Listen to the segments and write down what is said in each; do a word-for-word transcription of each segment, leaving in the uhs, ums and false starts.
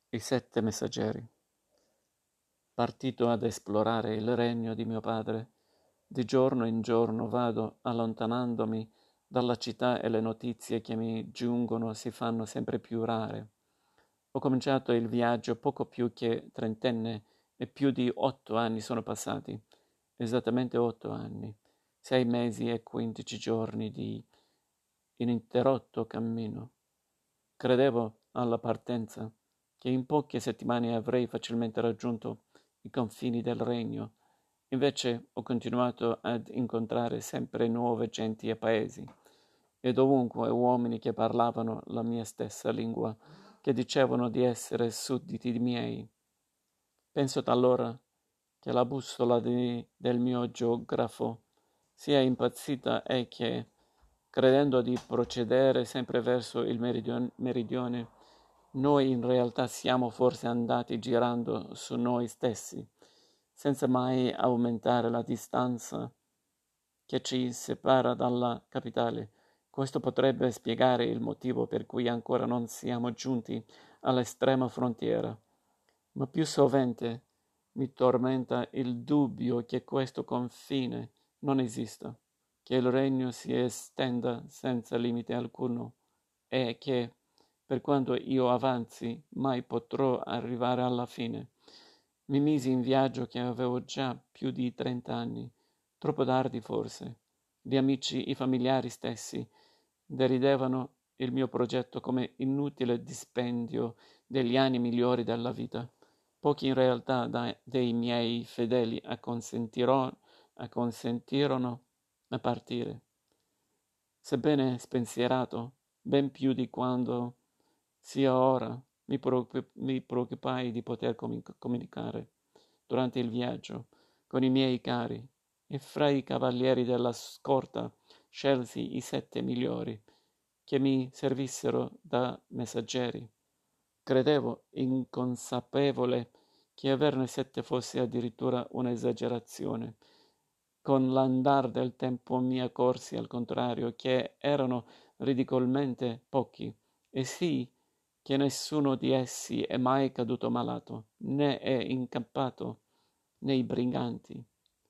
I sette messaggeri. Partito ad esplorare il regno di mio padre, di giorno in giorno vado allontanandomi dalla città e le notizie che mi giungono si fanno sempre più rare. Ho cominciato il viaggio poco più che trentenne e più di otto anni sono passati, esattamente otto anni, sei mesi e quindici giorni di ininterrotto cammino. Credevo alla partenza che in poche settimane avrei facilmente raggiunto i confini del regno. Invece ho continuato ad incontrare sempre nuove genti e paesi, e dovunque uomini che parlavano la mia stessa lingua, che dicevano di essere sudditi miei. Penso talora che la bussola di, del mio geografo sia impazzita e che, credendo di procedere sempre verso il meridione, meridione, noi in realtà siamo forse andati girando su noi stessi, senza mai aumentare la distanza che ci separa dalla capitale. Questo potrebbe spiegare il motivo per cui ancora non siamo giunti all'estrema frontiera, ma più sovente mi tormenta il dubbio che questo confine non esista, che il regno si estenda senza limite alcuno e che, per quanto io avanzi, mai potrò arrivare alla fine. Mi misi in viaggio che avevo già più di trent'anni, troppo tardi forse. Gli amici, i familiari stessi deridevano il mio progetto come inutile dispendio degli anni migliori della vita. Pochi in realtà da, dei miei fedeli acconsentirono, acconsentirono a partire. Sebbene spensierato, ben più di quando sia ora, mi, preoccup- mi preoccupai di poter com- comunicare durante il viaggio con i miei cari, e fra i cavalieri della scorta scelsi i sette migliori, che mi servissero da messaggeri. Credevo, inconsapevole, che averne sette fosse addirittura un'esagerazione. Con l'andar del tempo mi accorsi, al contrario, che erano ridicolmente pochi, e sì che nessuno di essi è mai caduto malato, né è incappato nei briganti,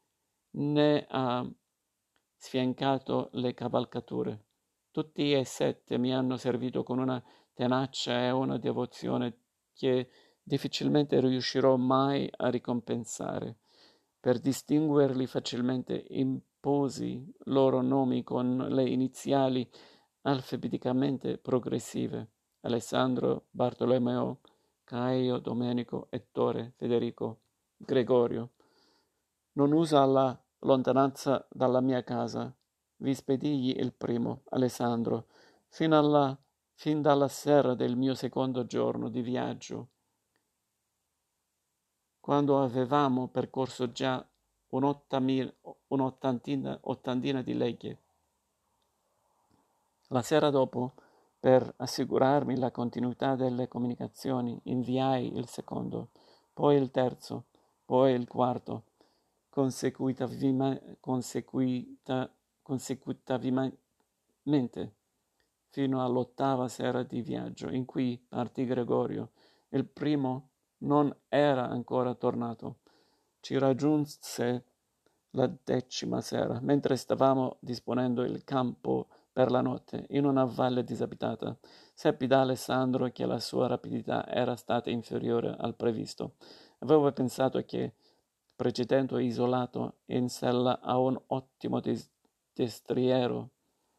né ha sfiancato le cavalcature. Tutti e sette mi hanno servito con una tenacia e una devozione che difficilmente riuscirò mai a ricompensare. Per distinguerli facilmente imposi loro nomi con le iniziali alfabeticamente progressive: Alessandro, Bartolomeo, Caio, Domenico, Ettore, Federico, Gregorio. Non usa la lontananza dalla mia casa. Vi spedigli il primo, Alessandro, fino alla, fin dalla sera del mio secondo giorno di viaggio, quando avevamo percorso già un'ottantina ottantina di leghe. La sera dopo, per assicurarmi la continuità delle comunicazioni, inviai il secondo, poi il terzo, poi il quarto, consecutivima- consecuita- consecutivamente, fino all'ottava sera di viaggio, in cui partì Gregorio. Il primo non era ancora tornato. Ci raggiunse la decima sera, mentre stavamo disponendo il campo per la notte, in una valle disabitata. Seppi da Alessandro che la sua rapidità era stata inferiore al previsto. Avevo pensato che, precedendo isolato in sella a un ottimo des- destriero,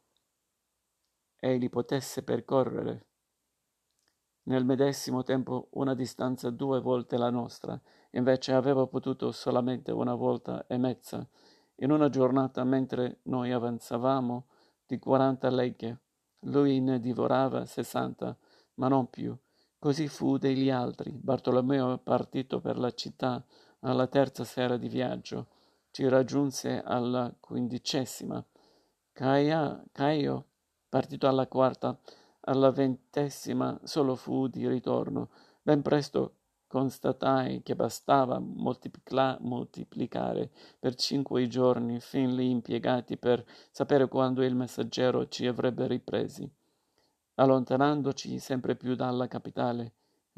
egli potesse percorrere nel medesimo tempo una distanza due volte la nostra. Invece aveva potuto solamente una volta e mezza, in una giornata, mentre noi avanzavamo di quaranta leghe. Lui ne divorava sessanta, ma non più. Così fu degli altri. Bartolomeo, partito per la città alla terza sera di viaggio, ci raggiunse alla quindicesima. Caia, Caio, partito alla quarta, alla ventesima solo fu di ritorno. Ben presto constatai che bastava moltiplica- moltiplicare per cinque i giorni fin lì impiegati per sapere quando il messaggero ci avrebbe ripresi. Allontanandoci sempre più dalla capitale,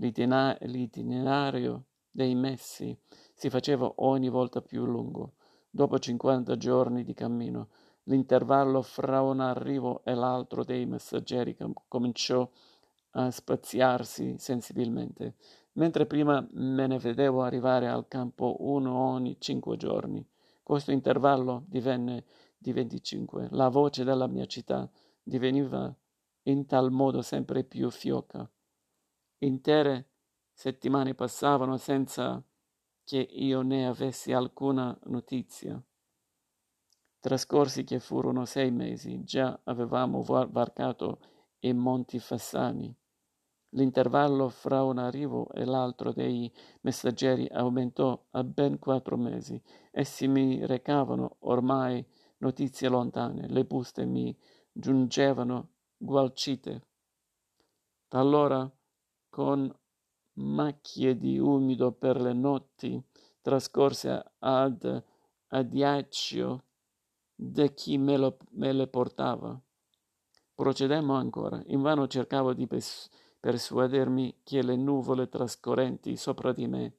L'itina- l'itinerario dei messi si faceva ogni volta più lungo. Dopo cinquanta giorni di cammino, l'intervallo fra un arrivo e l'altro dei messaggeri com- cominciò a spaziarsi sensibilmente, mentre prima me ne vedevo arrivare al campo uno ogni cinque giorni. Questo intervallo divenne di venticinque. La voce della mia città diveniva in tal modo sempre più fioca. Intere settimane passavano senza che io ne avessi alcuna notizia. Trascorsi che furono sei mesi, già avevamo varcato i Monti Fassani. L'intervallo fra un arrivo e l'altro dei messaggeri aumentò a ben quattro mesi. Essi mi recavano ormai notizie lontane, le buste mi giungevano gualcite. Talora, con macchie di umido per le notti trascorse ad Adiaccio de chi me, lo, me le portava. Procedemmo ancora. Invano cercavo di pers- persuadermi che le nuvole trascorrenti sopra di me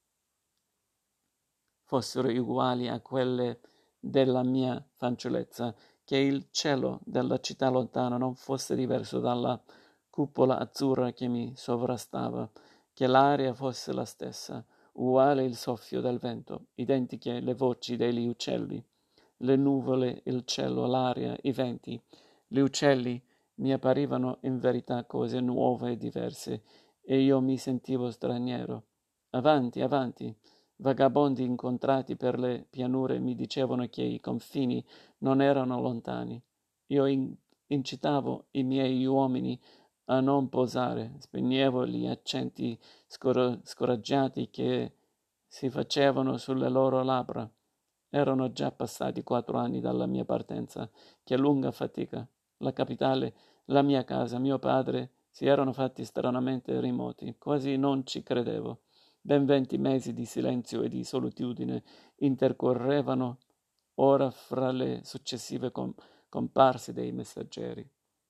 fossero uguali a quelle della mia fanciullezza, che il cielo della città lontana non fosse diverso dalla cupola azzurra che mi sovrastava, che l'aria fosse la stessa, uguale il soffio del vento, identiche le voci degli uccelli, le nuvole, il cielo, l'aria, i venti. Gli uccelli mi apparivano in verità cose nuove e diverse, e io mi sentivo straniero. Avanti, avanti. Vagabondi incontrati per le pianure mi dicevano che i confini non erano lontani. Io in- incitavo i miei uomini a non posare, spegnevo gli accenti scor- scoraggiati che si facevano sulle loro labbra. Erano già passati quattro anni dalla mia partenza. Che lunga fatica. La capitale, la mia casa, mio padre si erano fatti stranamente remoti. Quasi non ci credevo. Ben venti mesi di silenzio e di solitudine intercorrevano ora fra le successive com- comparse dei messaggeri.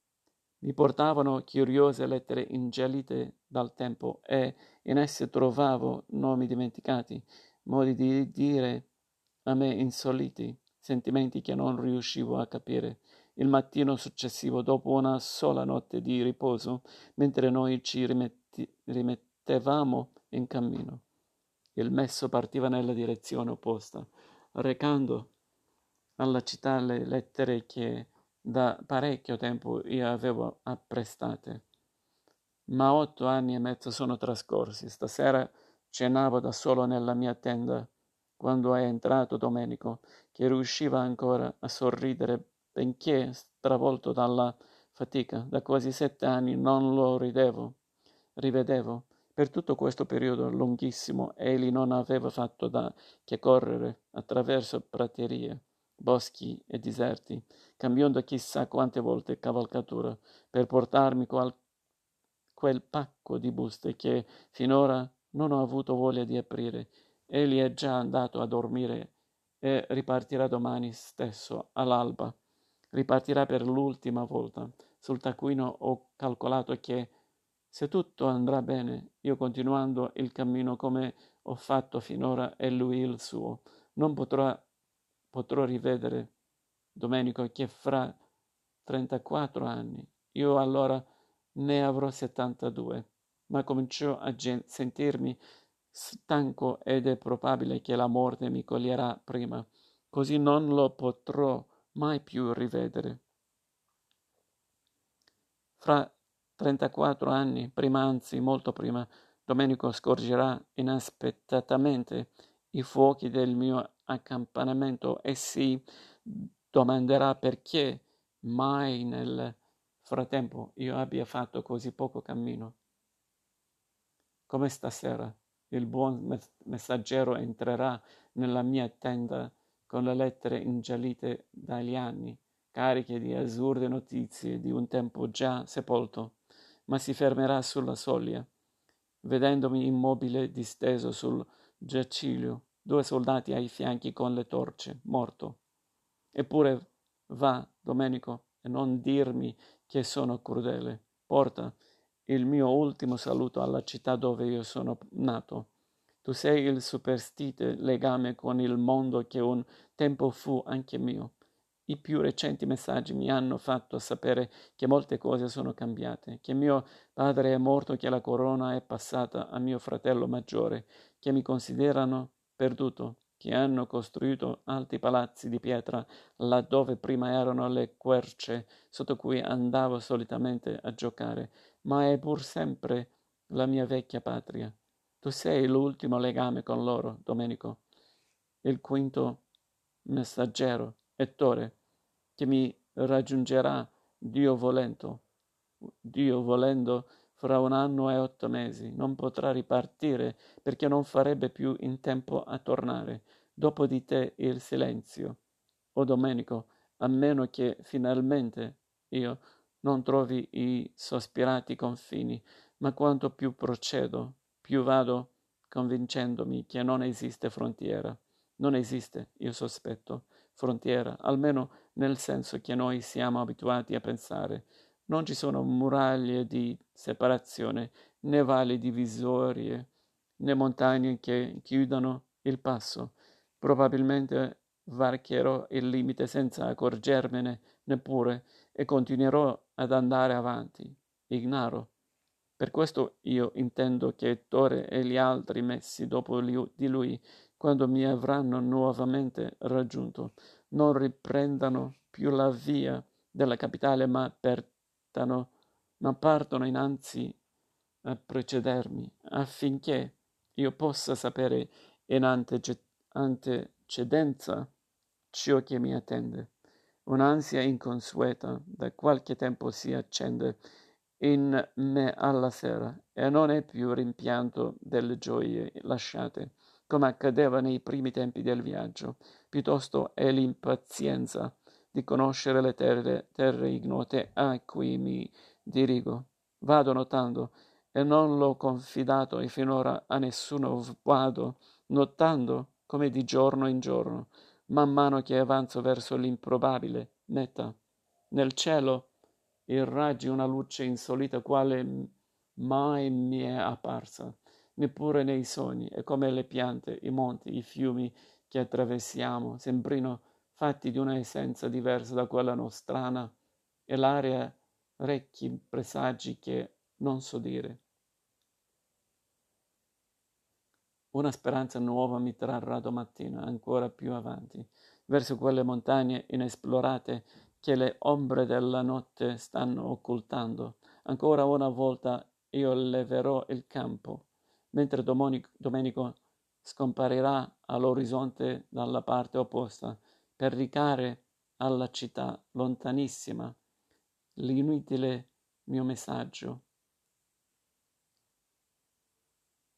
Mi portavano curiose lettere ingelite dal tempo e in esse trovavo nomi dimenticati, modi di dire a me insoliti, sentimenti che non riuscivo a capire. Il mattino successivo, dopo una sola notte di riposo, mentre noi ci rimetti- rimettevamo in cammino, il messo partiva nella direzione opposta, recando alla città le lettere che da parecchio tempo io avevo apprestate. Ma otto anni e mezzo sono trascorsi. Stasera cenavo da solo nella mia tenda quando è entrato Domenico, che riusciva ancora a sorridere, benché stravolto dalla fatica. Da quasi sette anni non lo ridevo, rivedevo. Per tutto questo periodo lunghissimo egli non aveva fatto da che correre attraverso praterie, boschi e deserti, cambiando chissà quante volte cavalcatura per portarmi qual- quel pacco di buste che finora non ho avuto voglia di aprire. Egli è già andato a dormire e ripartirà domani stesso all'alba. Ripartirà per l'ultima volta. Sul taccuino ho calcolato che se tutto andrà bene, io continuando il cammino come ho fatto finora e lui il suo, non potrò, potrò rivedere Domenico che fra trentaquattro anni, io allora ne avrò settantadue, ma comincio a gen- sentirmi stanco ed è probabile che la morte mi coglierà prima, così non lo potrò mai più rivedere. Fra trentaquattro anni, prima anzi molto prima, Domenico scorgerà inaspettatamente i fuochi del mio accampamento e si domanderà perché mai nel frattempo io abbia fatto così poco cammino. Come stasera, il buon messaggero entrerà nella mia tenda con le lettere ingiallite dagli anni, cariche di assurde notizie di un tempo già sepolto, ma si fermerà sulla soglia, vedendomi immobile disteso sul giaciglio, due soldati ai fianchi con le torce, morto. Eppure va, Domenico, e non dirmi che sono crudele. Porta il mio ultimo saluto alla città dove io sono nato. Tu sei il superstite legame con il mondo che un tempo fu anche mio. I più recenti messaggi mi hanno fatto sapere che molte cose sono cambiate, che mio padre è morto, che la corona è passata a mio fratello maggiore, che mi considerano perduto, che hanno costruito alti palazzi di pietra laddove prima erano le querce sotto cui andavo solitamente a giocare, ma è pur sempre la mia vecchia patria. Tu sei l'ultimo legame con loro, Domenico, il quinto messaggero, Ettore, che mi raggiungerà, Dio volendo, Dio volendo, fra un anno e otto mesi. Non potrà ripartire perché non farebbe più in tempo a tornare. Dopo di te il silenzio. O Domenico, a meno che finalmente io non trovi i sospirati confini, ma quanto più procedo, più vado convincendomi che non esiste frontiera. Non esiste, io sospetto, frontiera, almeno nel senso che noi siamo abituati a pensare. Non ci sono muraglie di separazione, né valli divisorie, né montagne che chiudono il passo. Probabilmente varcherò il limite senza accorgermene neppure e continuerò ad andare avanti, ignaro. Per questo io intendo che Ettore e gli altri messi dopo di lui, quando mi avranno nuovamente raggiunto, non riprendano più la via della capitale, ma pertano, ma partono innanzi a precedermi, affinché io possa sapere in antece- antecedenza ciò che mi attende. Un'ansia inconsueta da qualche tempo si accende in me alla sera e non è più rimpianto delle gioie lasciate, come accadeva nei primi tempi del viaggio, piuttosto è l'impazienza di conoscere le terre, terre ignote a cui mi dirigo. Vado notando, e non l'ho confidato e finora a nessuno, vado notando come di giorno in giorno, man mano che avanzo verso l'improbabile meta. Nel cielo irraggi una luce insolita quale mai mi è apparsa, neppure nei sogni, e come le piante, i monti, i fiumi che attraversiamo sembrino fatti di una essenza diversa da quella nostrana, e l'aria recchi presagi che non so dire. Una speranza nuova mi trarrà domattina, ancora più avanti, verso quelle montagne inesplorate che le ombre della notte stanno occultando. Ancora una volta io leverò il campo, mentre Domonico, Domenico scomparirà all'orizzonte dalla parte opposta, per recare alla città lontanissima l'inutile mio messaggio.